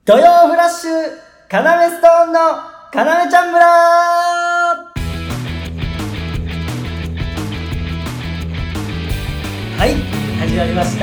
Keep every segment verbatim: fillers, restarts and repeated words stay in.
土曜フラッシュカナメストーンのカナメちゃん村。はい、始まりました。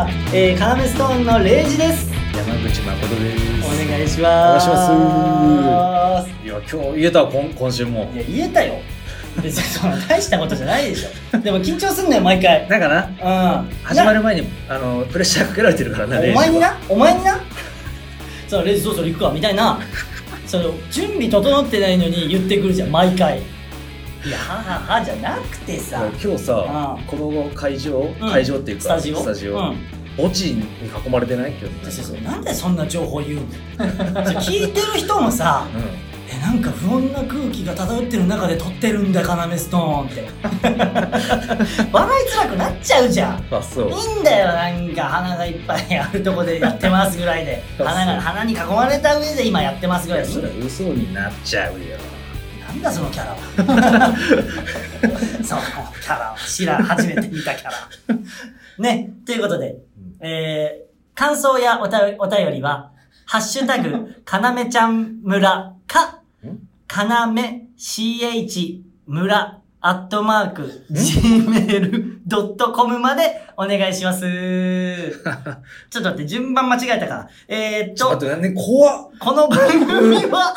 えー、カナメストーンのレイジです。 山口誠です。 お願いします。 お願いします。いや、今日言えたわ、今, 今週も。 いや、言えたよ。別にその大したことじゃないでしょ。でも緊張すんのよ、毎回。 だからな、うん、始まる前にあのプレッシャーかけられてるからな。 お前にな、お前にな。そのレイジそろそろ行くわみたいな。その準備整ってないのに言ってくるじゃん、毎回。いや、はははじゃなくてさ。 今日さ、うん、この会場、うん、会場っていうかスタジオ、 スタジオ、うん、墓地に囲まれてない今日。 そうそう、なんでそんな情報言うの？聞いてる人もさ。うん、え、なんか不穏な空気が漂ってる中で撮ってるんだカナメストーンって笑いづらくなっちゃうじゃん。 あ、そう。 いいんだよ、なんか花がいっぱいあるとこでやってますぐらいで花が花に囲まれた上で今やってますぐらいで。 それ嘘になっちゃうよ。 なんだそのキャラは。そのキャラは知らん、初めて見たキャラね。ということで、うん、えー、感想やおたお便りはハッシュタグかなめちゃん村かかなめ シーエイチ 村アットマーク ジーメール ドットコム までお願いします。ちょっと待って、順番間違えたから。えーっと、 ちょっと待って、ね、怖っ。 この番組は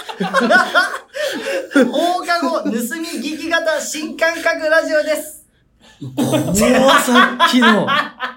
放課後盗み聞き型新感覚ラジオです。 怖さっきの。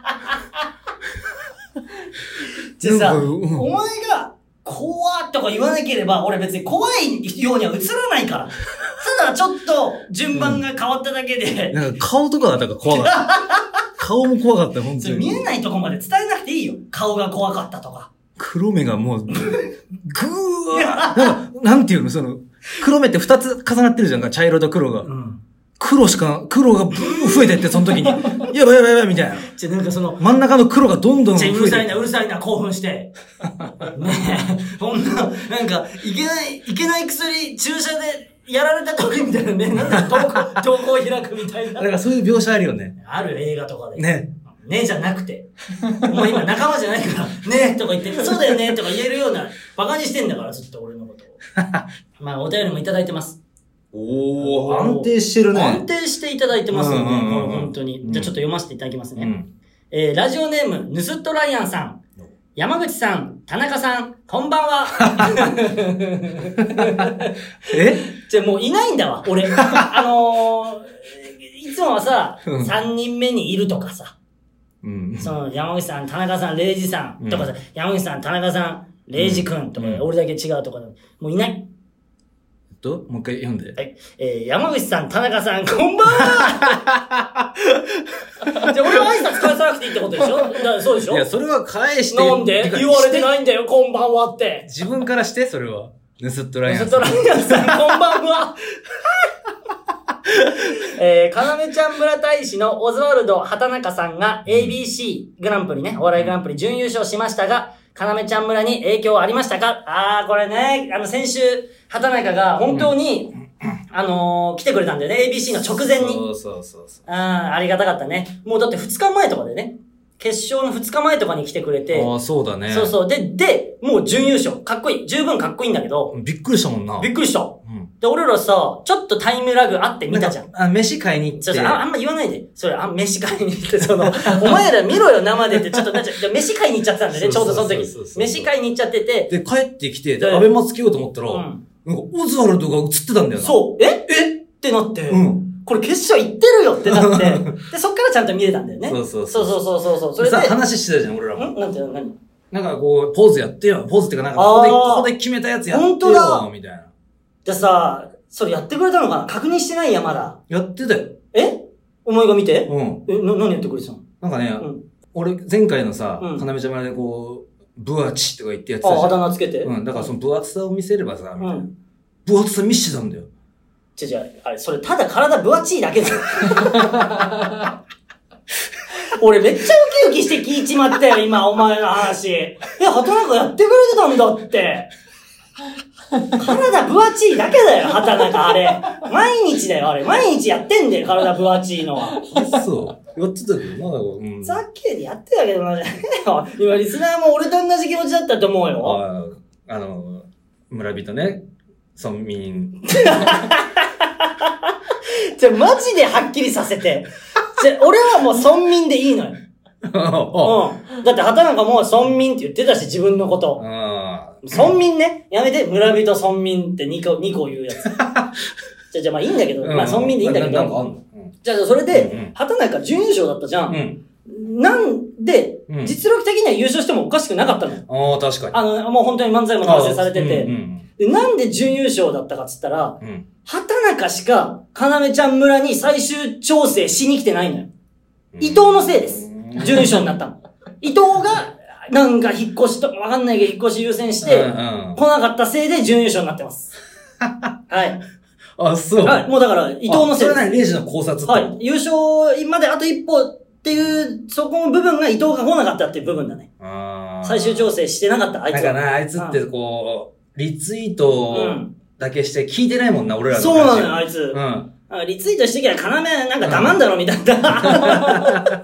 じゃあさ、うん、お前が怖っとか言わなければ、俺別に怖いようには映らないから。ただちょっと順番が変わっただけで。 うん、なんか顔とかだったから怖かった。顔も怖かった、本当に。 見えないとこまで伝えなくていいよ。顔が怖かったとか。 黒目がもう、ぐーなんか、なんていうの、その、黒目って二つ重なってるじゃんか、茶色と黒が。うん、黒しか、黒がブー増えてって、その時に。やばいやばいやばいみたいな。 じゃ、なんかその、 真ん中の黒がどんどん増えて。 うるさいな、うるさいな、興奮して。ねえ、こんな、なんか、いけない、いけない薬、注射でやられた時みたいなね、なんだ、投稿、投稿開くみたいな。 なんかそういう描写あるよね。 ある映画とかで。 ね。 ねえじゃなくて。お前今仲間じゃないから、ねえとか言って、そうだよねとか言えるような、バカにしてんだから、ずっと俺のことを。まあ、お便りもいただいてます。 おー、安定してるね。 安定していただいてますよね、これ本当に。じゃあちょっと読ませていただきますね。うん、えー、ラジオネーム、ヌスットライアンさん。山口さん、田中さん、こんばんは。 えじゃあもういないんだわ、俺。あのー、いつもはさ、さんにんめにいるとかさ。うん、その山口さん、田中さん、レイジさんとかさ、うん、山口さん、田中さん、レイジくんとか、うん、俺だけ違うとかでもういない。 ともう一回読んで。 はい。えー、山口さん、田中さん、こんばんは。じゃあ俺は挨拶返さなくていいってことでしょ？だそうでしょ？ いや、それは返して。 なんで言われてないんだよ、こんばんはって。 自分からして、それは。ヌスットライアンさん。 ヌスットライアンさん、こんばんは。えー、かなめちゃん村大使のオズワルド畑中さんが エービーシー グランプリね、お笑いグランプリ準優勝しましたが、かなめちゃん村に影響ありましたか？あー、これね、あの、先週、畑中が本当に、うん、あのー、来てくれたんだよね、エービーシー の直前に。 そうそうそうそう。 あー、ありがたかったね。もうだってふつかまえとかでね、決勝のふつかまえとかに来てくれて。 ああ、そうだね。 そうそう。で、で、もう準優勝。かっこいい。十分かっこいいんだけど。 びっくりしたもんな。 びっくりした。うん。で、俺らさ、ちょっとタイムラグあって見たじゃん。 あ、飯買いに行って。 そうそう、あ、あんま言わないで。それ、あ、飯買いに行って、その、お前ら見ろよ、生でって、ちょっとなっちゃう。飯買いに行っちゃってたんだよね、ちょうどその時。飯買いに行っちゃってて。 で、帰ってきて、で、アベマつけようと思ったら、うん。なんか、オズワルドが映ってたんだよな。 そう。ええってなって。うん。これ決勝行ってるよってなって。で、そっからちゃんと見れたんだよね。 そうそうそう。 そうそうそうそう。それで。 さ、話してたじゃん、俺らも。 んなんて、何なんかこう、ポーズやってよ。ポーズっていうか、なんか、ここで、ここで決めたやつやってよ。本当だみたいな。 じゃあさ、それやってくれたのかな？確認してないや、まだ。 やってたよ。 えお前が見て？ うん。 え、な、何やってくれてたの？ なんかね、うん、俺、前回のさ、かなめちゃん村でこう、分厚とか言ってやってたじゃん。 あ、あだ名つけて。 うん。だからその分厚さを見せればさ、みたいな。分厚さ見してたんだよ。 じゃじゃあ、あれ、それただ体分厚いだけだよ。俺めっちゃウキウキして聞いちまったよ、今、お前の話。え、畑中やってくれてたんだって。 体分厚いだけだよ、畑中あれ。毎日だよ、あれ。毎日やってんだよ、体分厚いのは。 そう。やってたけどな、うん。 ざっけでやってたけどな、じゃねえよ。今、リスナーも俺と同じ気持ちだったと思うよ。 ああの、村人ね、村民。 じゃ、マジではっきりさせて。じゃ、俺はもう村民でいいのよ。うん。だって畑中も村民って言ってたし、自分のこと。村民ね。やめて、村人村民ってにこ、にこ言うやつ。じゃあ、じゃあまあいいんだけど、うん、まあ村民でいいんだけど。なんかあんの、うん、じゃあ、それで、うんうん、畑中準優勝だったじゃん。うん、なんで、うん、実力的には優勝してもおかしくなかったのよ。 ああ、確かに。 あの、もう本当に漫才も達成されてて。うんうん、で、なんで準優勝だったかっつったら、うん、畑中しか、かなめちゃん村に最終調整しに来てないのよ。伊藤のせいです。準優勝になったの。伊藤が、なんか引っ越しとかわかんないけど引っ越し優先して、うんうん、来なかったせいで準優勝になってます。はい。 あ、そう。 はい。もうだから、伊藤のせいです。 それなり、レイジの考察って。 はい。優勝まであと一歩っていう、そこの部分が伊藤が来なかったっていう部分だね。あ最終調整してなかった、あいつは。 だからあいつってこう、リツイートだけして聞いてないもんな、俺らの。 そうなのよ、あいつ。うん。リツイートしてきゃ、要なんか黙んだろ、みたいな。あ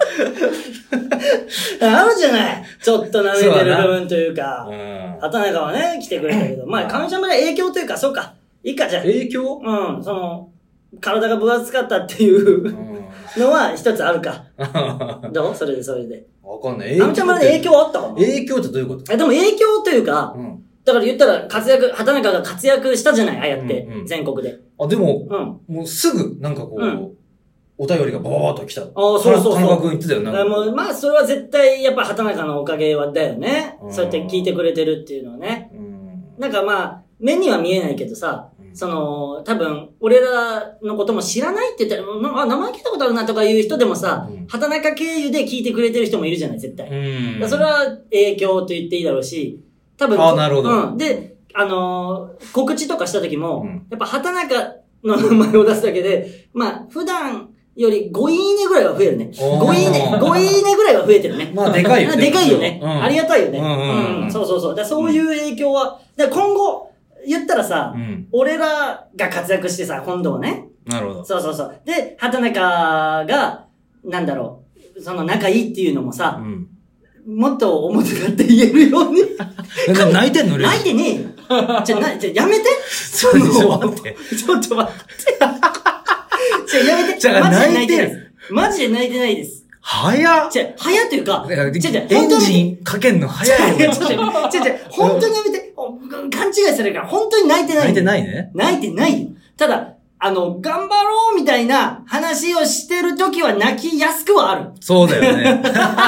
るじゃない。ちょっと舐めてる部分というか。畑中はね、来てくれたけど。まあ、上ちゃんまで影響というか、そうか。いいか、じゃあ。 影響うん、その、体が分厚かったっていうのは一つあるか。どうそれで、それで。 わかんない。 上ちゃんまで影響あったかな影響ってどういうことえ、でも影響というか、うんだから言ったら活躍、畑中が活躍したじゃないああやって、うんうん、全国で。 あ、でも、うん、もうすぐ、なんかこう、うん、お便りがバーっと来た。ああ、 そうそうそう。 田中君言ってたよね。 もうまあ、それは絶対、やっぱ畑中のおかげはだよね。そうやって聞いてくれてるっていうのはね。うんなんかまあ、目には見えないけどさ、うん、その、多分、俺らのことも知らないって言ったら、あ、名前聞いたことあるなとかいう人でもさ、うん、畑中経由で聞いてくれてる人もいるじゃない、絶対。うんそれは影響と言っていいだろうし、多分。 あ、なるほど。 うん。で、あのー、告知とかした時も、うん、やっぱ畑中の名前を出すだけで、まあ、普段よりごいいねぐらいは増えるね。ごいいね、ごいいねぐらいは増えてるね。 まあ、でかいよね。 でかいよね。うん、ありがたいよね。 うんうんうん。 そうそうそう。だそういう影響は、だ今後、言ったらさ、うん、俺らが活躍してさ、今度はね。 なるほど。 そうそうそう。で、畑中が、なんだろう、その仲いいっていうのもさ、うんもっと表立って言えるように。 泣いてんのレイジ泣いてねえよ。じゃ、な、じゃ、やめて。 ちょっと待って。 ちょっと待って。じゃ、やめて。 じゃ、マジで泣いてないです。 マジで泣いてないです。 早っ。 じゃ、早というか、 じゃ、じゃ、エンジンかけんの早いよ。 ちょ、ちょ、ちょ、本当にやめて。勘違いされるから、本当に泣いてない。 泣いてないね。 泣いてないよ。ただ、あの、頑張ろうみたいな話をしてるときは泣きやすくはある。 そうだよね。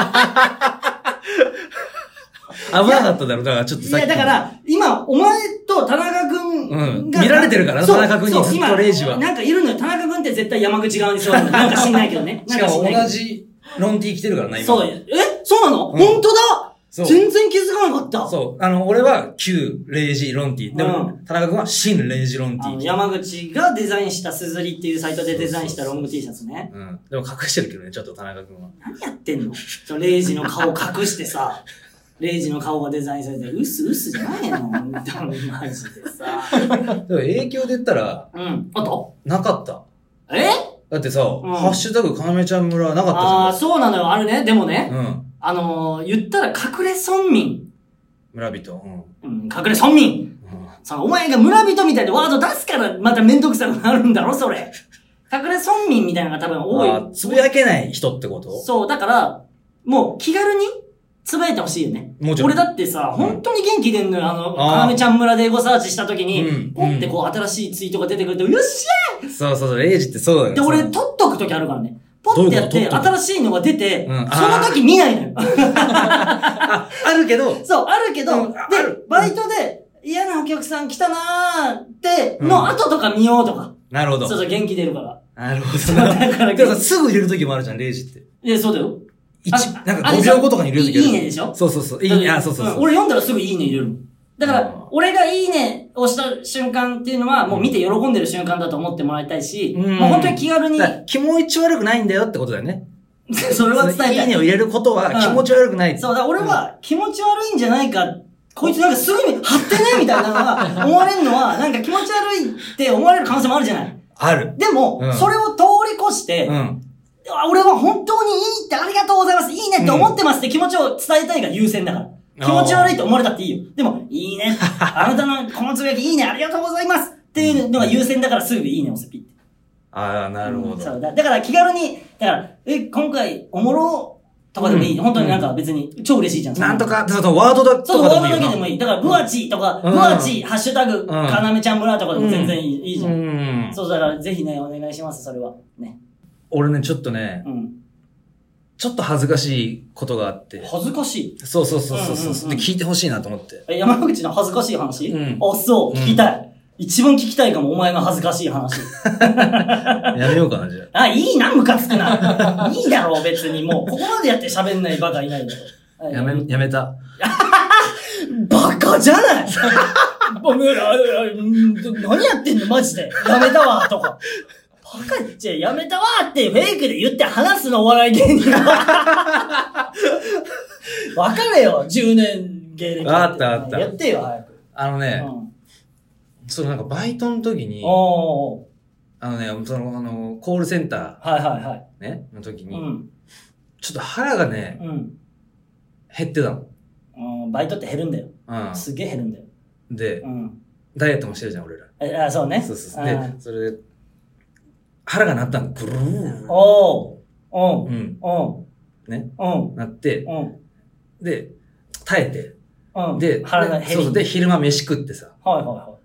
危なかっただろ、だからちょっとさっき。 いや、だから、今、お前と田中くんが、 うん、見られてるから田中くんにずっとレイジは。 なんかいるのよ。田中くんって絶対山口側に座るの。なんか知んないけどね。 しかも同じロンティー着てるからな、今。 そう。えそうなの、うん、本当だ全然気づかなかった。 そう。あの、俺は旧レイジロンティー。でも、うん、田中くんは新レイジロンティー。 山口がデザインしたすずりっていうサイトでデザインしたロング T シャツね。 うん。でも隠してるけどね、ちょっと田中くんは。 何やってんのそのレイジの顔隠してさ。レイジの顔がデザインされて、うすうすじゃないの本当にマジでさ。 でも影響で言ったら、 うん。あとなかった。 えだってさ、うん、ハッシュタグかなめちゃん村なかったじゃん。ああ、そうなのよ。あるね。でもね。うん。あのー、言ったら隠れ村民。 村人。 うん。うん、隠れ村民。うん。その、お前が村人みたいなワード出すから、まためんどくさくなるんだろ、それ。隠れ村民みたいなのが多分多い。 あ、つぶやけない人ってこと？ そう。だから、もう気軽に、つぶやいてほしいよね。もちろん。俺だってさ、本当に元気出んのよ。あの、かなめちゃん村でエゴサーチした時に、うん、ポンってこう新しいツイートが出てくると、よっしゃーそうそうそう、レイジってそうだよ。 で、俺撮っとく時あるからね。ポンってやって、新しいのが出て、うん、その時見ないのよ。 あ、あるけど。 そう、あるけど、うん、で、バイトで嫌なお客さん来たなーって、の後とか見ようとか。 なるほど。 そうそう、元気出るから。 なるほどな。だから、でもさ、すぐ入れる時もあるじゃん、レイジって。 いや、そうだよ。 一、なんかごびょうごとかに入れるときある。 いいねでしょそうそうそう。いいね、あ、そうそうそう。 俺読んだらすぐいいね入れる。だから、俺がいいね押した瞬間っていうのは、もう見て喜んでる瞬間だと思ってもらいたいし、もう本当に気軽に。 気持ち悪くないんだよってことだよね。 それは伝えたい。 いいねを入れることは気持ち悪くない。 そう、だから俺は気持ち悪いんじゃないかっこいつなんかすぐに貼ってねみたいなのが思われるのは、なんか気持ち悪いって思われる可能性もあるじゃない。 ある。 でも、うん、それを通り越して、うん、俺は本当にいいってありがとうございます、いいねって思ってますって気持ちを伝えたいが優先だから。気持ち悪いって思われたっていいよ。でも、いいね。あなたのこのつぶやきいいね、ありがとうございますっていうのが優先だからすぐいいねを押せピッて。 ああ、なるほど。 そうだ。だから気軽に、だから、え、今回おもろとかでもいい。うん、本当になんか別に超嬉しいじゃん。 なんとか、そうそう、ワードだとかでもいい。そう、ワードだけでもいい。だから、ブワチとか、うん、ブワチ、ハッシュタグ、かなめちゃん村とかでも全然いい、うん、いいじゃん。うん、そう、だからぜひね、お願いします、それは。ね。 俺ね、ちょっとね、うん、ちょっと恥ずかしいことがあって。 恥ずかしいそうそうそうそう。うんうんうん、で、聞いてほしいなと思って。 え、山口の恥ずかしい話、うん、あ、そう、聞きたい。うん、一番聞きたいかも、お前の恥ずかしい話。 やめようかな、じゃあ。 あ、いいな、ムカつくな。いいだろう、別に。もう、ここまでやって喋んないバカいないんだろ。 やめ、やめた。 バカじゃない何やってんの、マジで。やめたわ、とか。バカじゃやめたわってフェイクで言って話すの、お笑い芸人は。わかれよ、じゅうねん芸歴。 あったあった。 やってよ、早く。 あのね、うん、そのなんかバイトの時に、 おあのね、その、あの、コールセンター。 はいはいはい。 ね、の時に、 うん、 ちょっと腹がね、うん、減ってたの。 うん、バイトって減るんだよ。うん、すげえ減るんだよ。 で、うん、ダイエットもしてるじゃん、俺ら。 え、あ、そうね。 そうそうそう。で、それで、腹が鳴ったの。ぐるー。 おー。おー。うん。 おー。ね。 おー。 なって、 うん。 で、耐えて。 うん。 で、 腹が減り。 そうそう。で、昼間飯食ってさ。 はいはいはい。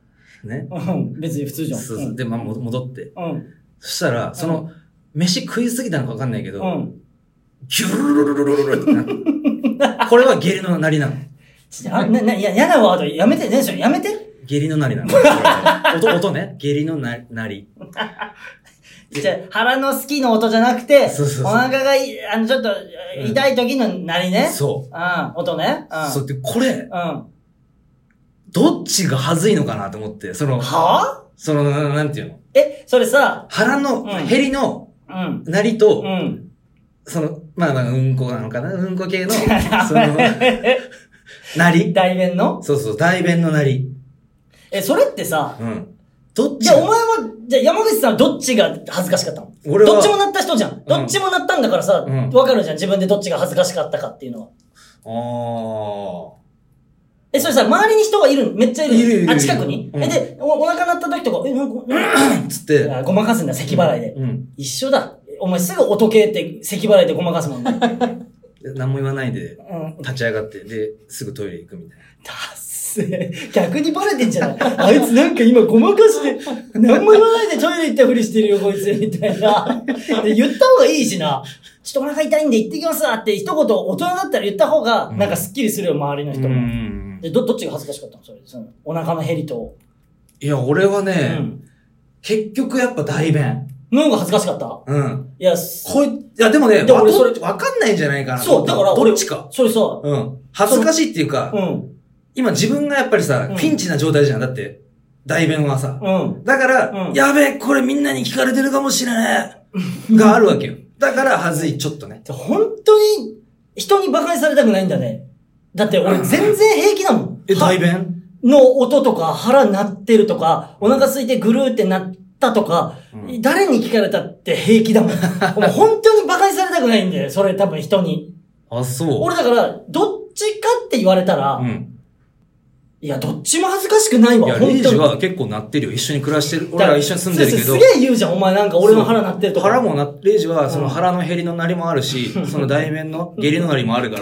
ね。 うん。別に普通じゃん。 そうそう。で、まあ、戻って。 うん。 そしたら、その、飯食いすぎたのかわかんないけど、 うん。 ギュルルルルルルルってなって。これは下痢の鳴りなの。 あ、な、な、いや、嫌なワードやめてね、それやめて。 下痢の鳴りなの。音、音ね。下痢のな、鳴り。 じゃ腹の好きの音じゃなくて、 そうそうそう、 お腹がい、あの、ちょっと、痛い時の鳴りね。 そう。 うん、音ね。うん。 そう。で、これ、 うん。 どっちが恥ずいのかなと思って、その、 はぁその、なんていうのえ、それさ、 腹の、減りの、うん。鳴りと、 うん。 その、まあまあ、うんこなのかなうんこ系の、その、鳴り代弁のそうそう、代弁の鳴り。 え、それってさ、 うん。どっちじゃあお前は、じゃあ山口さんはどっちが恥ずかしかったの？俺は。どっちもなった人じゃん。どっちもなったんだからさ、わ、うん、かるじゃん。自分でどっちが恥ずかしかったかっていうのは。 ああ。 え、それさ、周りに人がいるめっちゃいる。 いるいるいる。 あ、近くに、うん、え、で、お、お腹鳴った時とか、え、なんか、うんつって。 ごまかすんだ、咳払いで。 うん。 一緒だ。お前すぐ音系って咳払いでごまかすもんね。 何も言わないで、立ち上がって、で、すぐトイレ行くみたいな。 だっせ逆にバレてんじゃないあいつなんか今ごまかして、何も言わないでトイレ行ったふりしてるよ、こいつ、みたいな。で、言った方がいいしな。ちょっとお腹痛いんで行ってきますわって一言大人だったら言った方が、なんかスッキリするよ、周りの人も。うんで、ど、どっちが恥ずかしかったのそれ。その、お腹の減りと。 いや、俺はね、うん、結局やっぱ代弁。 の方が恥ずかしかったうん。 いや、 こい、いやでもね、で俺それわかんないんじゃないかな。 そう、だからどっちか。 それさ、 うん。恥ずかしいっていうか、うん。今自分がやっぱりさ、うん、ピンチな状態じゃん。だって、代弁はさ。 うん。 だから、うん、やべえ、これみんなに聞かれてるかもしれねえ。があるわけよ。だから、恥ずい、ちょっとね。 本当に、人に馬鹿にされたくないんだね。だって俺全然平気だもん。 え、代弁の音とか、腹鳴ってるとか、お腹空いてぐるーってなったとか、うん、誰に聞かれたって平気だもん。もう本当に馬鹿にされたくないんだよ。それ多分人に。 あ、そう。 俺だから、どっちかって言われたら、うん、いや、どっちも恥ずかしくないわ。 いや、レイジは結構鳴ってるよ。一緒に暮らしてる。俺ら一緒に住んでるけど。 すげえ言うじゃん。お前なんか俺の腹鳴ってるとか。 腹もな、レイジはその腹の減りの鳴りもあるし、うん、その代弁の下痢の鳴りもあるから。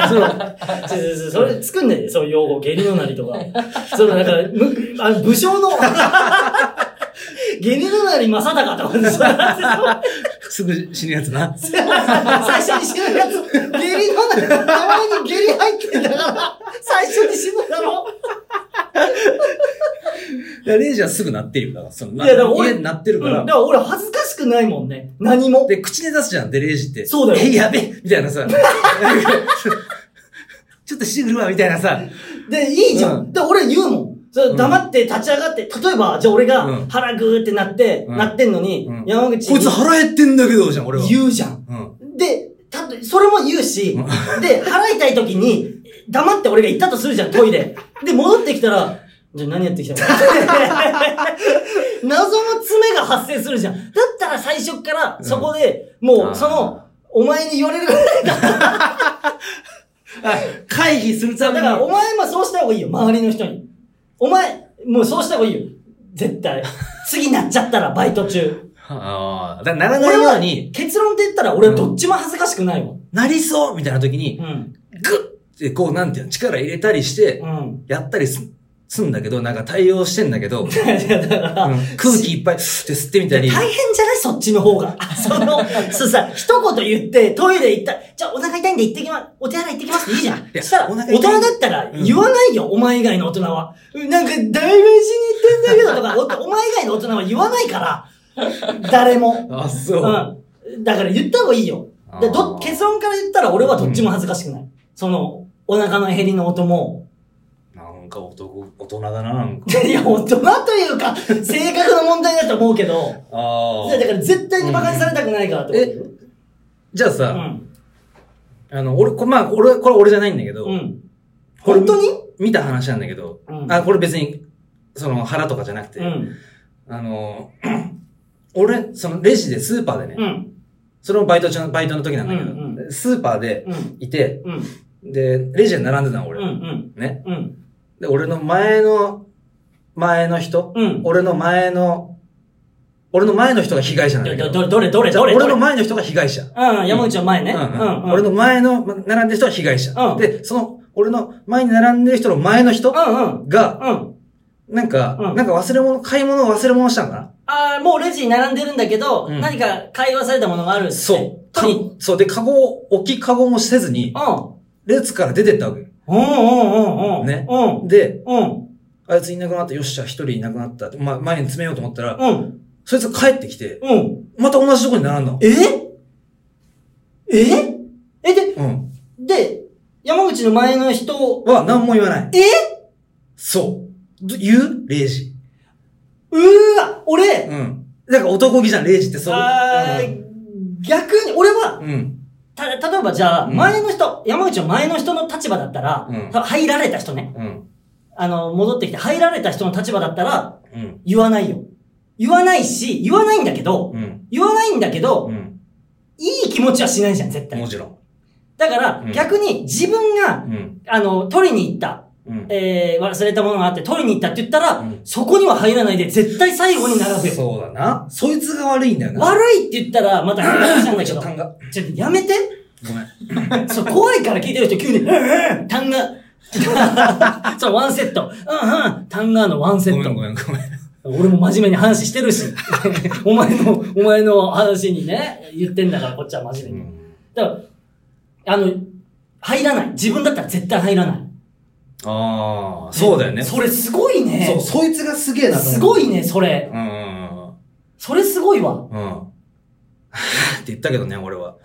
そう。 それ作んないで、そういう用語。下痢の鳴りとか。そのなんか、む、あの、武将の、下痢の鳴り正隆とかすぐ死ぬやつな。 最初に死ぬやつ。下痢の鳴り、名前に下痢入ってんだから、最初に死ぬだろ。 いや、レイジはすぐ鳴ってるよ。だから、その、 いや、だから俺、 鳴ってるから。 うん、だから俺恥ずかしくないもんね。何も。 で、口で出すじゃん、で、レイジって。 そうだよ。 え、やべみたいなさ。ちょっとしてくるわ、みたいなさ。 で、いいじゃん。うん、で、俺言うもん。それ黙って立ち上がって、例えば、じゃあ俺が腹グーってなって、うん、なってんのに、うん、山口こいつ腹減ってんだけど、じゃん、俺は。 言うじゃん。うん、で、たと、それも言うし、で、腹痛い時に、 黙って俺が行ったとするじゃん、トイレ。で、戻ってきたら、じゃあ何やってきたの謎の詰めが発生するじゃん。だったら最初からそこで、もうその、お前に言われるぐらいだったら会議するために。 だからお前もそうした方がいいよ、周りの人に。お前、もうそうした方がいいよ。絶対。次なっちゃったら、バイト中。 ああ。だからならないように。 結論って言ったら俺はどっちも恥ずかしくないもん。 なりそうみたいな時に、 うん。 グッてこうなんていうの、力入れたりして、 うん。やったりす、すんだけど、なんか対応してんだけど、 いやだから、 うん、空気いっぱいって吸ってみたり。 大変じゃないそっちの方が。その、そうさ、一言言ってトイレ行った、じゃあお腹痛いんで行ってきます、お手洗い行ってきますっていいじゃん。そしたら、大人だったら言わないよ、うん、お前以外の大人は。なんか、代弁しに行ってんだけどとか、お前以外の大人は言わないから。誰も。 あ、そう。 うん。だから言った方がいいよ。でど結論から言ったら俺はどっちも恥ずかしくない。うん、その、お腹の減りの音も、 なんか男、大人だな、なんか。 いや、大人というか、性格の問題だと思うけど。ああ。だから絶対に馬鹿にされたくないからってこと、うん、え、 じゃあさ、うん、あの、俺、こまあ、俺、これ俺じゃないんだけど、うん、 本当に見た話なんだけど、うん、あ、これ別に、その腹とかじゃなくて、うん、あの、俺、そのレジでスーパーでね、うん、それもバイト中の、バイトの時なんだけど、うんうん、スーパーでいて、うんうん、で、レジで並んでたの、俺。うんうん、ね、うん。で、俺の前の、前の人、うん、俺の前の、俺の前の人が被害者なんだけど。 どれ、どれ、どれ、どれ俺の前の人が被害者。 うん、山口の前ね。 うんうんうん、俺の前の、並んでる人は被害者。うん、で、その、俺の前に並んでる人の前の人が、うんうんなんか、うん、なんか忘れ物、買い物を忘れ物したんかなああ、もうレジに並んでるんだけど、うん、何か買い忘れたものがあるって。 そう。かそう。で、カゴを、置きカゴもせずに、うん、列から出てったわけ。 うんうんうんうん。 ね。うん。で、うん。あいついなくなった。よっしゃ、一人いなくなった。まあ、前に詰めようと思ったら、うん。そいつ帰ってきて、うん。また同じとこに並んだの。 えええで、うん。で、山口の前の人は何も言わない。 えそう。言うレイジ。 うーわ俺うん。なんか男気じゃん、レイジってそう。 あー、うん、逆に、俺は、うん。た、例えばじゃあ、前の人、うん、山口の前の人の立場だったら、うん、入られた人ね。うん。あの、戻ってきて入られた人の立場だったら、うん。言わないよ。言わないし、言わないんだけど、うん。言わないんだけど、うん。いい気持ちはしないじゃん、絶対。 もちろん。 だから、うん、逆に自分が、うん。あの、取りに行った。うん、えー、忘れたものがあって取りに行ったって言ったら、うん、そこには入らないで絶対最後に並ぶよ。 そうだな。そいつが悪いんだよな。 悪いって言ったらまた話なんだけど。 単が。 ちょっとやめて。 ごめん。 そう、怖いから聞いてる人急に、うんうん、単が。そう、ワンセット。うんうん、単がのワンセット。 ごめんごめんごめん。 俺も真面目に話してるし。お前の、お前の話にね、言ってんだからこっちは真面目に。うん、だから、あの、入らない。自分だったら絶対入らない。 ああ、そうだよね。 それすごいね。 そう、そいつがすげえなと思う。 すごいね、それ。うん。それすごいわ。うん。 って言ったけどね、俺は。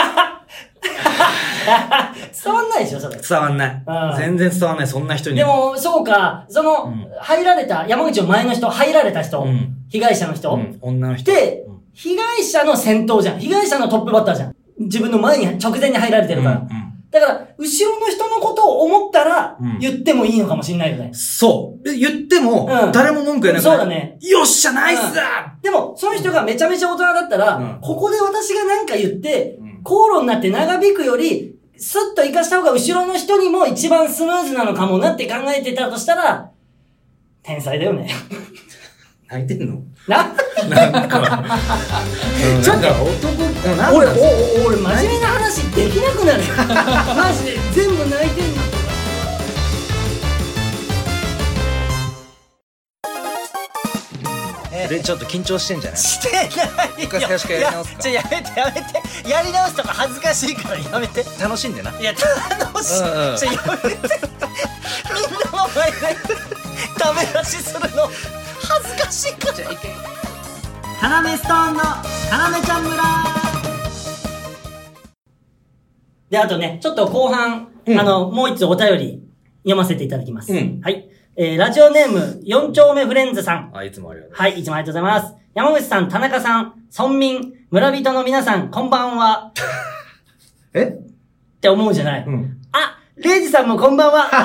伝わんないでしょ、それ。 伝わんない。うん、全然伝わんない、そんな人に。 でも、そうか、その、うん、入られた、山口の前の人、入られた人、うん、被害者の人、うん、 女の人。 で、うん、被害者の先頭じゃん。被害者のトップバッターじゃん。自分の前に直前に入られてるから。うんうんだから、後ろの人のことを思ったら、言ってもいいのかもしれないよね。 うん、そう。言っても、うん、誰も文句言えなくて。 そうだね。 よっしゃ、ナイスだ、 うん、でも、その人がめちゃめちゃ大人だったら、うん、ここで私が何か言って、うん、口論になって長引くより、スッと活かした方が後ろの人にも一番スムーズなのかもなって考えてたとしたら、天才だよね。 泣いてんのななんか、 ちょっと男、俺、お、俺、真面目な話できなくなる。マジで、全部泣いてんの。 で、ちょっと緊張してんじゃないしてないよ。 一回最初からやり直すか。 ちょ、やめて、やめて。やり直すとか恥ずかしいからやめて。 楽しんでな。 いや、楽しい。うんうん、ちょ、やめて。みんなの前で、ダメ出しするの。恥ずかしいから。じゃあ一回カナメストーンのカナメちゃん村で、あとね、ちょっと後半、うん、あの、もう一つお便り読ませていただきます。うん、はい。えー、ラジオネーム、四丁目フレンズさん。 あ、いつもありがとうございます。 はい、いつもありがとうございます。山口さん、田中さん、村民、村人の皆さん、こんばんは。 えって思うじゃない。うん、あ、 レイジさんもこんばんは。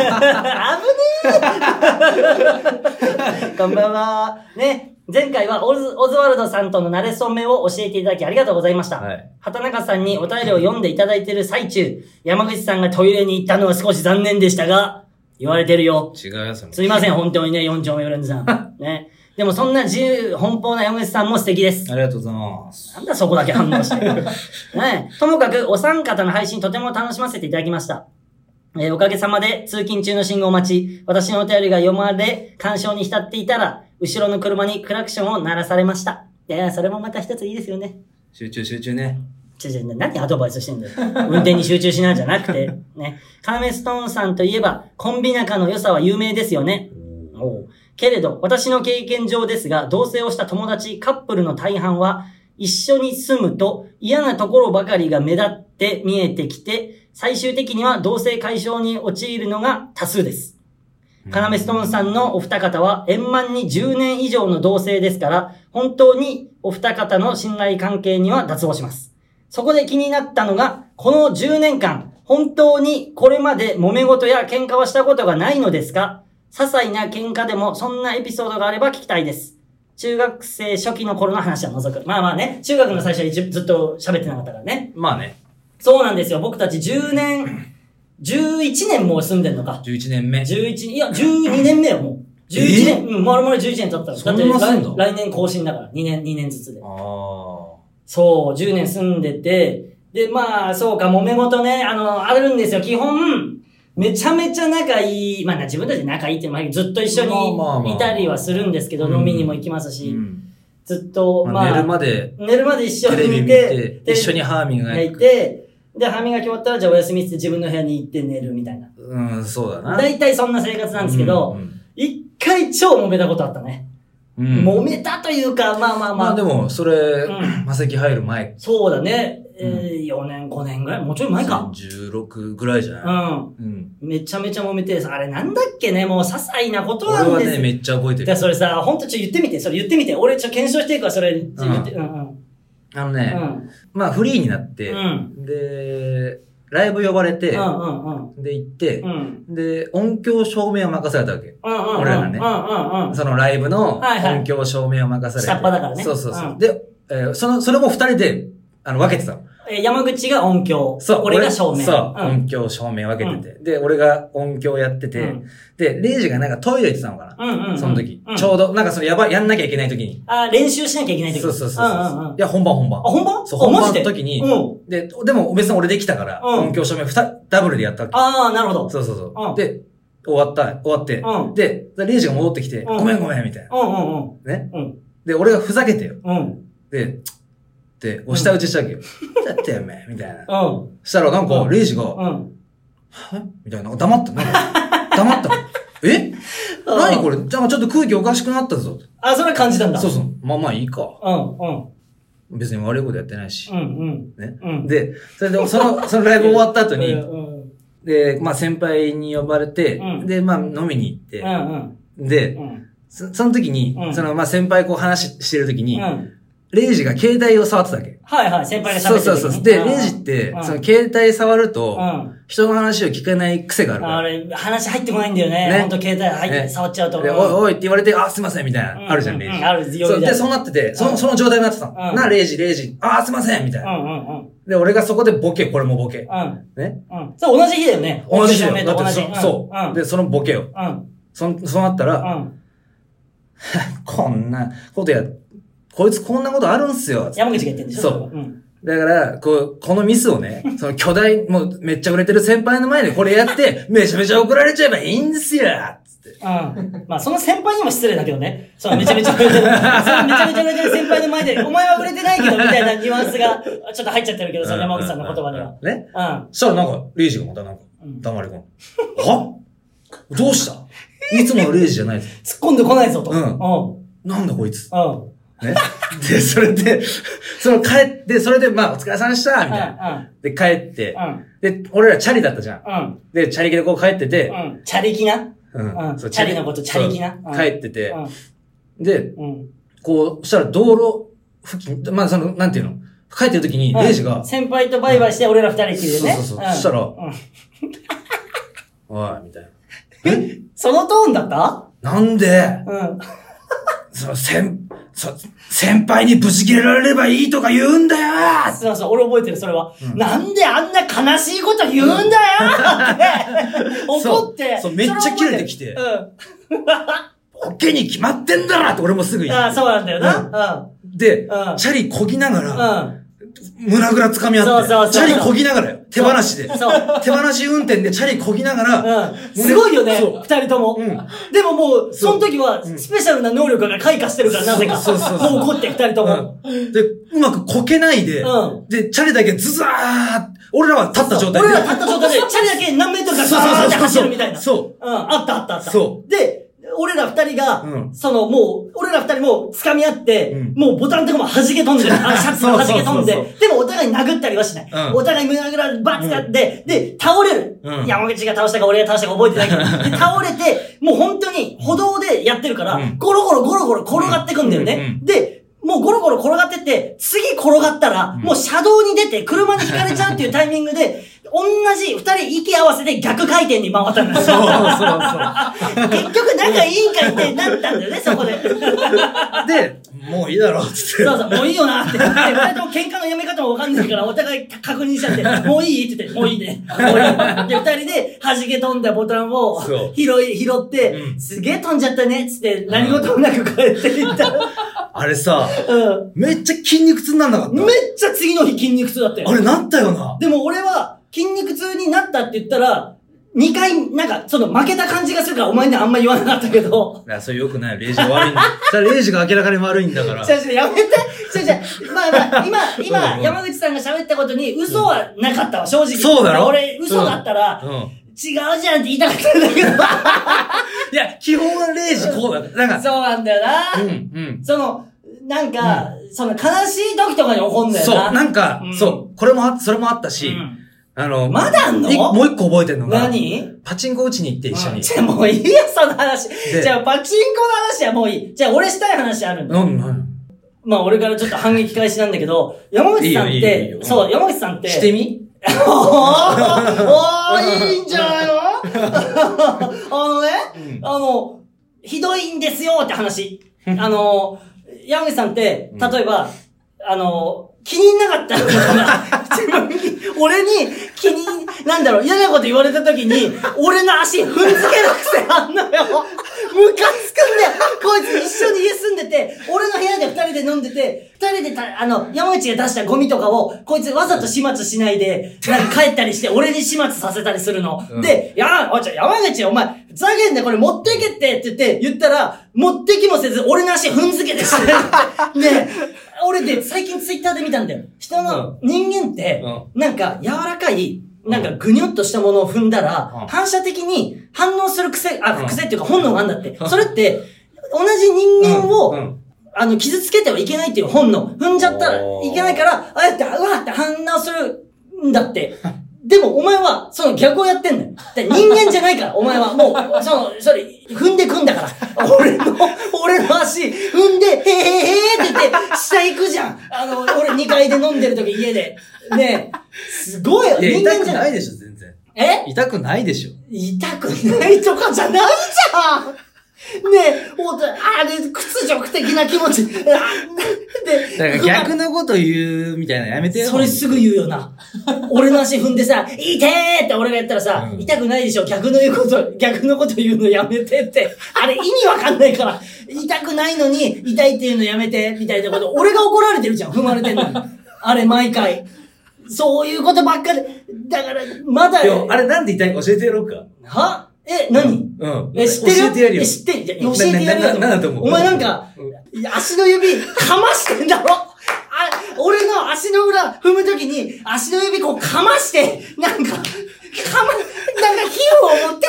危ねえ。こんばんは。ね。前回はオズ、オズワルドさんとの慣れ初めを教えていただきありがとうございました。はい、畑中さんにお便りを読んでいただいている最中、山口さんがトイレに行ったのは少し残念でしたが、言われてるよ。 違うやつも。 すいません、本当にね、よん丁目フレンズさん。ね。でもそんな自由奔放な山口さんも素敵です。 ありがとうございます。 なんだそこだけ反応して。ね。ともかくお三方の配信とても楽しませていただきました。えー、おかげさまで通勤中の信号待ち、私のお便りが読まれ、鑑賞に浸っていたら、後ろの車にクラクションを鳴らされました。いや、それもまた一ついいですよね。 集中集中ね。 ちょちょ、何アドバイスしてんだよ。運転に集中しないんじゃなくて、ね。カナメストーンさんといえば、コンビ仲の良さは有名ですよね。おうけれど、私の経験上ですが、同棲をした友達、カップルの大半は、一緒に住むと嫌なところばかりが目立って見えてきて、最終的には同棲解消に陥るのが多数です。カナメストーンさんのお二方は円満にじゅうねん以上の同棲ですから、本当にお二方の信頼関係には脱帽します。そこで気になったのが、このじゅうねんかん、本当にこれまで揉め事や喧嘩はしたことがないのですか？些細な喧嘩でもそんなエピソードがあれば聞きたいです。中学生初期の頃の話は除く。まあまあね、中学の最初はずっと喋ってなかったからね。 まあね。 そうなんですよ。僕たちじゅうねん、じゅういちねんもう住んでんのか。 じゅういちねんめ。 じゅういち、いや、じゅうにねんめよ、もう。じゅういちねん、うん、まるまるじゅういちねん経ったら。 そんな住んだ？ 来年更新だから、にねん、にねんずつで。 ああ。 そう、じゅうねん住んでて、で、まあ、そうか、揉め事ね、あの、あるんですよ。基本、めちゃめちゃ仲いい、まあ自分たちで仲いいっていうのもずっと一緒にいたりはするんですけど、飲みにも行きますし、うん、ずっと、まあ、 寝るまで、 寝るまで一緒にいて、一緒に歯磨いて、で、歯磨き終わったら、じゃあお休みして自分の部屋に行って寝るみたいな。 うん、そうだな。 大体そんな生活なんですけど、一、うんうん、回超揉めたことあったね。うん、揉めたというか、まあまあまあ。 まあでも、それ、うん、魔石入る前。 そうだね。えー、よねん、ごねんぐらいもうちょい前か。 じゅうろくぐらいじゃない？うん。 うん。めちゃめちゃ揉めて、あれなんだっけね、もう些細なことなんですよ。 俺はね、めっちゃ覚えてる。 じゃそれさ、ほんとちょ言ってみて、それ言ってみて。俺ちょ検証していくから、それ、ちょ言って、うん、うんうんあのね、うん、まあフリーになって、うん、で、ライブ呼ばれて、うんうんうん、で行って、うん、で、音響照明を任されたわけ。うんうんうん、俺らがね、うんうんうん。そのライブの音響照明を任されて。 下っ端だからね。 そうそうそう。うん、で、えー、その、それも二人で、あの、分けてたの。 え、山口が音響。そう。俺が照明。 そう。うん、音響、照明分けてて、うん。で、俺が音響やってて、うん、で、レイジがなんかトイレ行ってたのかな。うんうんうん、その時、うん。ちょうど、なんかそれやばい、やんなきゃいけない時に。 あ、練習しなきゃいけない時に。 そうそうそうそう、うんうんうん。いや、本番本番。 あ、本番そう、本番の時に。うん。で、でも別に俺できたから、うん、音響照明二、ダブルでやったわけ。 ああ、なるほど。 そうそうそう。うん、で、終わった、終わって、うん、で、レイジが戻ってきて、うん、ごめんごめん、みたいな。うんうんうん。ね。うん。で、俺がふざけてよ。うん。で、で、押した打ちしたわけよ。だってよ、めみたいな。うん。したらなんか、レイジが、うん。はみたいな。黙った。なんか黙った。え何これじゃあちょっと空気おかしくなったぞ。 あ、それは感じたんだ。 そうそう。まあまあいいか。 うん、うん。 別に悪いことやってないし。 うん、うん。 ね。うん。で、それで、その、そのライブ終わった後に、うん、で、まあ先輩に呼ばれて、うん、で、まあ飲みに行って、うんうん、で、うん、そ, その時に、うん、その、まあ先輩こう話してる時に、うんレイジが携帯を触ってたわけ。 はいはい、先輩が喋ってた、ね。 そうそうそう。で、レイジって、その携帯触ると、人の話を聞かない癖があるから。 あれ、話入ってこないんだよね。ねほんと携帯入って、ね、触っちゃうと。 で、おいおいって言われて、あ、すいません、みたいな。あるじゃん、レイジ。 うん、ある、 そう。で、そうなってて、その、その状態になってたの。な、レイジ、レイジ。あ、すいません、みたいな。うんうんうん。で、俺がそこでボケ、これもボケ。うん。ね。うん。そう、同じ日だよね。同じ日だよ。同じ。そう。で、そのボケよ。うん。そ、そうなったら、うん。こんなことや、こいつこんなことあるんすよ。 山口が言ってんでしょそう。うん、だから、こう、このミスをね、その巨大、もうめっちゃ売れてる先輩の前でこれやって、めちゃめちゃ怒られちゃえばいいんですよつって。 うん。まあ、その先輩にも失礼だけどね。そう、めちゃめちゃ売れてる。そのめちゃめちゃ売れてる先輩の前で、お前は売れてないけど、みたいなニュアンスが、ちょっと入っちゃってるけど、その山口さんの言葉には。 ね。うん。そしたらなんか、レイジがまたなんか、黙り込ん。はどうしたいつものレイジじゃないぞ。 突っ込んでこないぞと。 うん。うん。なんだこいつ。うん。ね。で、それで、その帰って、それで、まあ、お疲れさんでしたみたいな。で、帰って、で、俺らチャリだったじゃん。で、チャリキでこう帰ってて、 チャリキなうん。チャリのことチャリキな帰ってて、で、こう、そしたら道路付近、まあ、その、なんていうの帰ってる時に、レイジが、 先輩とバイバイして、俺ら二人きりでね。 そうそうそう。そしたら、 おい、みたいな。 えそのトーンだった？ なんで、 うん。 その先、そ、先輩にブチ切れられればいいとか言うんだよ。 そうそう、俺覚えてる、それは。うん、なんであんな悲しいこと言うんだよって怒って。 そう、そうめっちゃ切れてきて。うん。オッケーに決まってんだろって俺もすぐ言って。 ああ、そうなんだよな。 うん。で、うん、チャリこぎながら、うん。胸ぐら掴み合って。そうそうそう。チャリこぎながらよ。手放しで。そう。手放し運転でチャリこぎながら。 うん。すごいよね。二人とも。うん。でももう、その時は、スペシャルな能力が開花してるから、なぜか。そうそうそう。もう怒って二人とも。 で、うまくこけないで。うん。で、チャリだけズザーって、俺らは立った状態で。 俺ら立った状態で、チャリだけ何メートルかザーって走るみたいな。 そう。 うん。あったあったあった。 そう。 で、俺ら二人が、うん、そのもう、俺ら二人も掴み合って、うん、もうボタンとかも弾け飛んでる。あ、シャツも弾け飛んで。でもお互い殴ったりはしない。うん、お互い胸ぐらバッつかって、うん、で、倒れる、うん。山口が倒したか俺が倒したか覚えてないけど。で、倒れて、もう本当に歩道でやってるから、うん、ゴロゴロゴロゴロ転がってくんだよね。うんうん、で、もうゴロゴロ転がってって、次転がったら、もう車道に出て車にひかれちゃうっていうタイミングで、同じ二人息合わせで逆回転に回ったんですよ。そうそうそう。結局仲いいんかいってなったんだよね、そこで。 で、もういいだろうって。 そうそう、もういいよなって。で、二人とも喧嘩のやめ方もわかんないから、お互い確認しちゃって、もういいって言って、もういいね。もういい。で、二人で弾け飛んだボタンを拾い、拾って、うん、すげえ飛んじゃったね、つって何事もなく帰っていった。 あれさ、うん、めっちゃ筋肉痛になんなかった？ めっちゃ次の日筋肉痛だったよ。 あれなったよな。 でも俺は、筋肉痛になったって言ったら、にかい、なんか、その負けた感じがするから、お前にあんま言わなかったけど。 いや、それ良くないよ。レイジが悪いんだ。それレイジが明らかに悪いんだから。 じゃじゃやめて。じゃじゃまあまあ、今、今、山口さんが喋ったことに嘘はなかったわ、正直。 そうだろ？ 俺、嘘だったら、うんうん、違うじゃんって言いたかったんだけど。 いや、基本はレイジこうだ。なんか。 そうなんだよな。うん、うん。その、なんか、うん、その悲しい時とかに怒んだよな。 そう、なんか、うん、そう、これもあ、それもあったし、うんあの、 まだあんの？ もう一個覚えてんのが。 何？ パチンコ打ちに行って一緒に。 うん、じゃあもういいよ、その話。じゃあパチンコの話はもういい。じゃあ俺したい話あるんだ。うん、うん。まあ俺からちょっと反撃開始なんだけど、山口さんって、いいよいいよいいよそう、山口さんって。 してみおーおーいいんじゃないのあのね、うん、あの、ひどいんですよって話。あの、山口さんって、例えば、うん、あの、気になかったのが、俺に気に、なんだろう、嫌なこと言われた時に、俺の足踏んづける癖あんのよ。ムカつくんだよ。こいつ一緒に家住んでて、俺の部屋で二人で飲んでて、二人でた、あの、山口が出したゴミとかを、こいつわざと始末しないで、なんか帰ったりして、俺に始末させたりするの。うん、で、や、おいちょ、山口お前、ふざけんなこれ持ってけってって言って、言ったら、持ってきもせず、俺の足踏んづけてしまう。で、俺で最近ツイッターで見たんだよ。人の人間って、なんか柔らかい、なんかぐにゅっとしたものを踏んだら、反射的に反応する癖、あ、癖っていうか本能があるんだって。それって、同じ人間を、あの、傷つけてはいけないっていう本能。踏んじゃったらいけないから、ああやって、うわって反応するんだって。でも、お前は、その逆をやってんのよ。人間じゃないから、お前は。もう、その、それ、踏んでくんだから。俺の、俺の足、踏んで、へーへーへーって言って、下行くじゃん。あの、俺にかいで飲んでる時家で。ねえ、すごいよ。 人間じゃない。痛くないでしょ、全然。 え痛くないでしょ。 痛くないとかじゃないじゃん。ねえ、ほんと、あれ、屈辱的な気持ち。で、 だから逆のこと言うみたいなやめてよ。 それすぐ言うよな。俺の足踏んでさ、痛えって俺がやったらさ、うん、痛くないでしょ。逆の言うこと、逆のこと言うのやめてって。あれ意味わかんないから。痛くないのに、痛いっていうのやめて、みたいなこと。俺が怒られてるじゃん。踏まれてんのに。あれ毎回。そういうことばっかり。だから、まだ。 あれなんで痛いか教えてやろうか。 はえ、何うん。 え、知ってる？ 教えてやるよ。 え、知って、教えてやるよ。 な、な、な、なんだと思う？ お前なんか、うん、足の指、かましてんだろ？あ、俺の足の裏踏むときに、足の指こうかまして、なんか、かま、なんか皮膚を持ってってんだろ？あれ、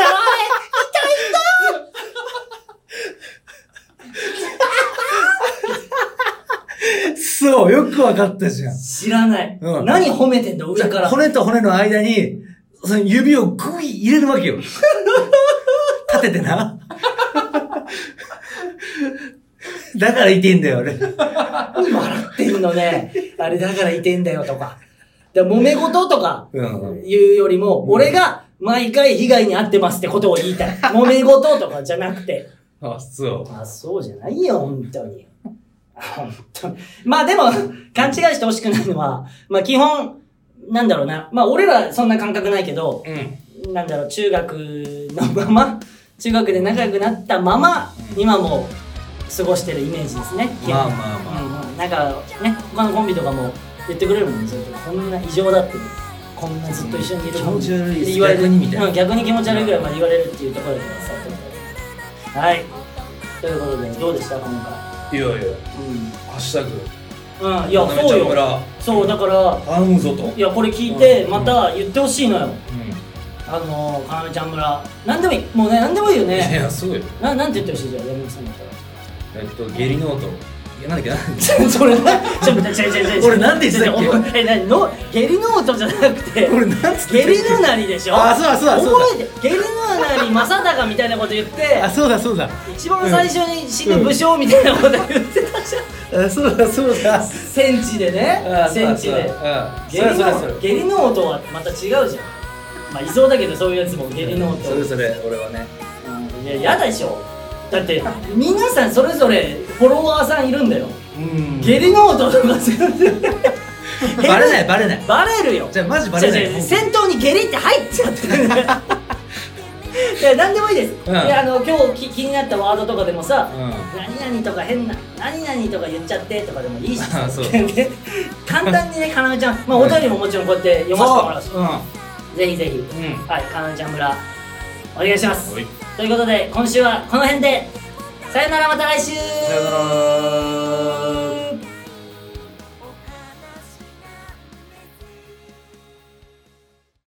痛いんだ！そう、よくわかったじゃん。 知らない。うん、何褒めてんだ、上から。 骨と骨の間に、その指をグイ入れるわけよ。立ててな。だから痛いんだよ、俺。 笑ってんのね。あれだから痛いんだよとか。で、揉め事とか、言うよりも、うん、俺が毎回被害に遭ってますってことを言いたい。揉め事とかじゃなくて。 あ、そう。 あ、そうじゃないよ、本当に。本当に。まあでも、勘違いしてほしくないのは、まあ基本、なんだろうな。まあ俺らそんな感覚ないけど、うん、なんだろう、中学のまま、中学で仲良くなったまま、うん、今も過ごしてるイメージですね。 まあまあまあ。 うん、なんかね、他のコンビとかも言ってくれるもんね。こんな異常だって。こんなずっと一緒にいる気持ち悪い言われる逆にみたいな、 うん、逆に気持ち悪いぐらいまで言われるっていうところでさ、はい、ということでどうでした今回。 いやいや、うん、ハッシュタグ、 うん、いやそうよ、そうだから頼むぞと、 いやこれ聞いてまた言ってほしいのよ、うん、あのー、かなめちゃん村なんでもいい、もうね、なんでもいいよね。 いやそうよ、 な、なんて言ってほしいじゃん、山本さんだったら。 えっと下痢ノート、なんだっけ、 それな、ちょっと待って、違う違う違う。 俺なんて言ってたっけ？え、なに、の、下痢ノートじゃなくて、 俺なんつって下痢のなりでしょ？ あ、そうだそうだそうだ。 覚えて、下痢のなり正隆みたいなこと言って、 あ、そうだそうだ。 一番最初に死ぬ武将みたいなこと言ってたじゃん。 あ、そうだそうだ。 戦地でね、戦地で。下痢ノートはまた違うじゃん。まあ、いそうだけど、そういうやつも下痢ノート。 それそれ、俺はね。 いや、やだでしょ。だって、皆さんそれぞれフォロワーさんいるんだよ。下痢ノートとかバレないバレないバレるよ。 じゃあマジバレない。 先頭に下痢って入っちゃってる。いや、なんでもいいです。いや、あの今日気になったワードとかでもさ、何々とか変な何々とか言っちゃってとかでもいいし、簡単にね、かなめちゃん、まあお便りももちろんこうやって読ませてもらうし、ぜひぜひ、はい、かなめちゃん村お願いします。ということで今週はこの辺で、さよなら、また来週。 さよなら。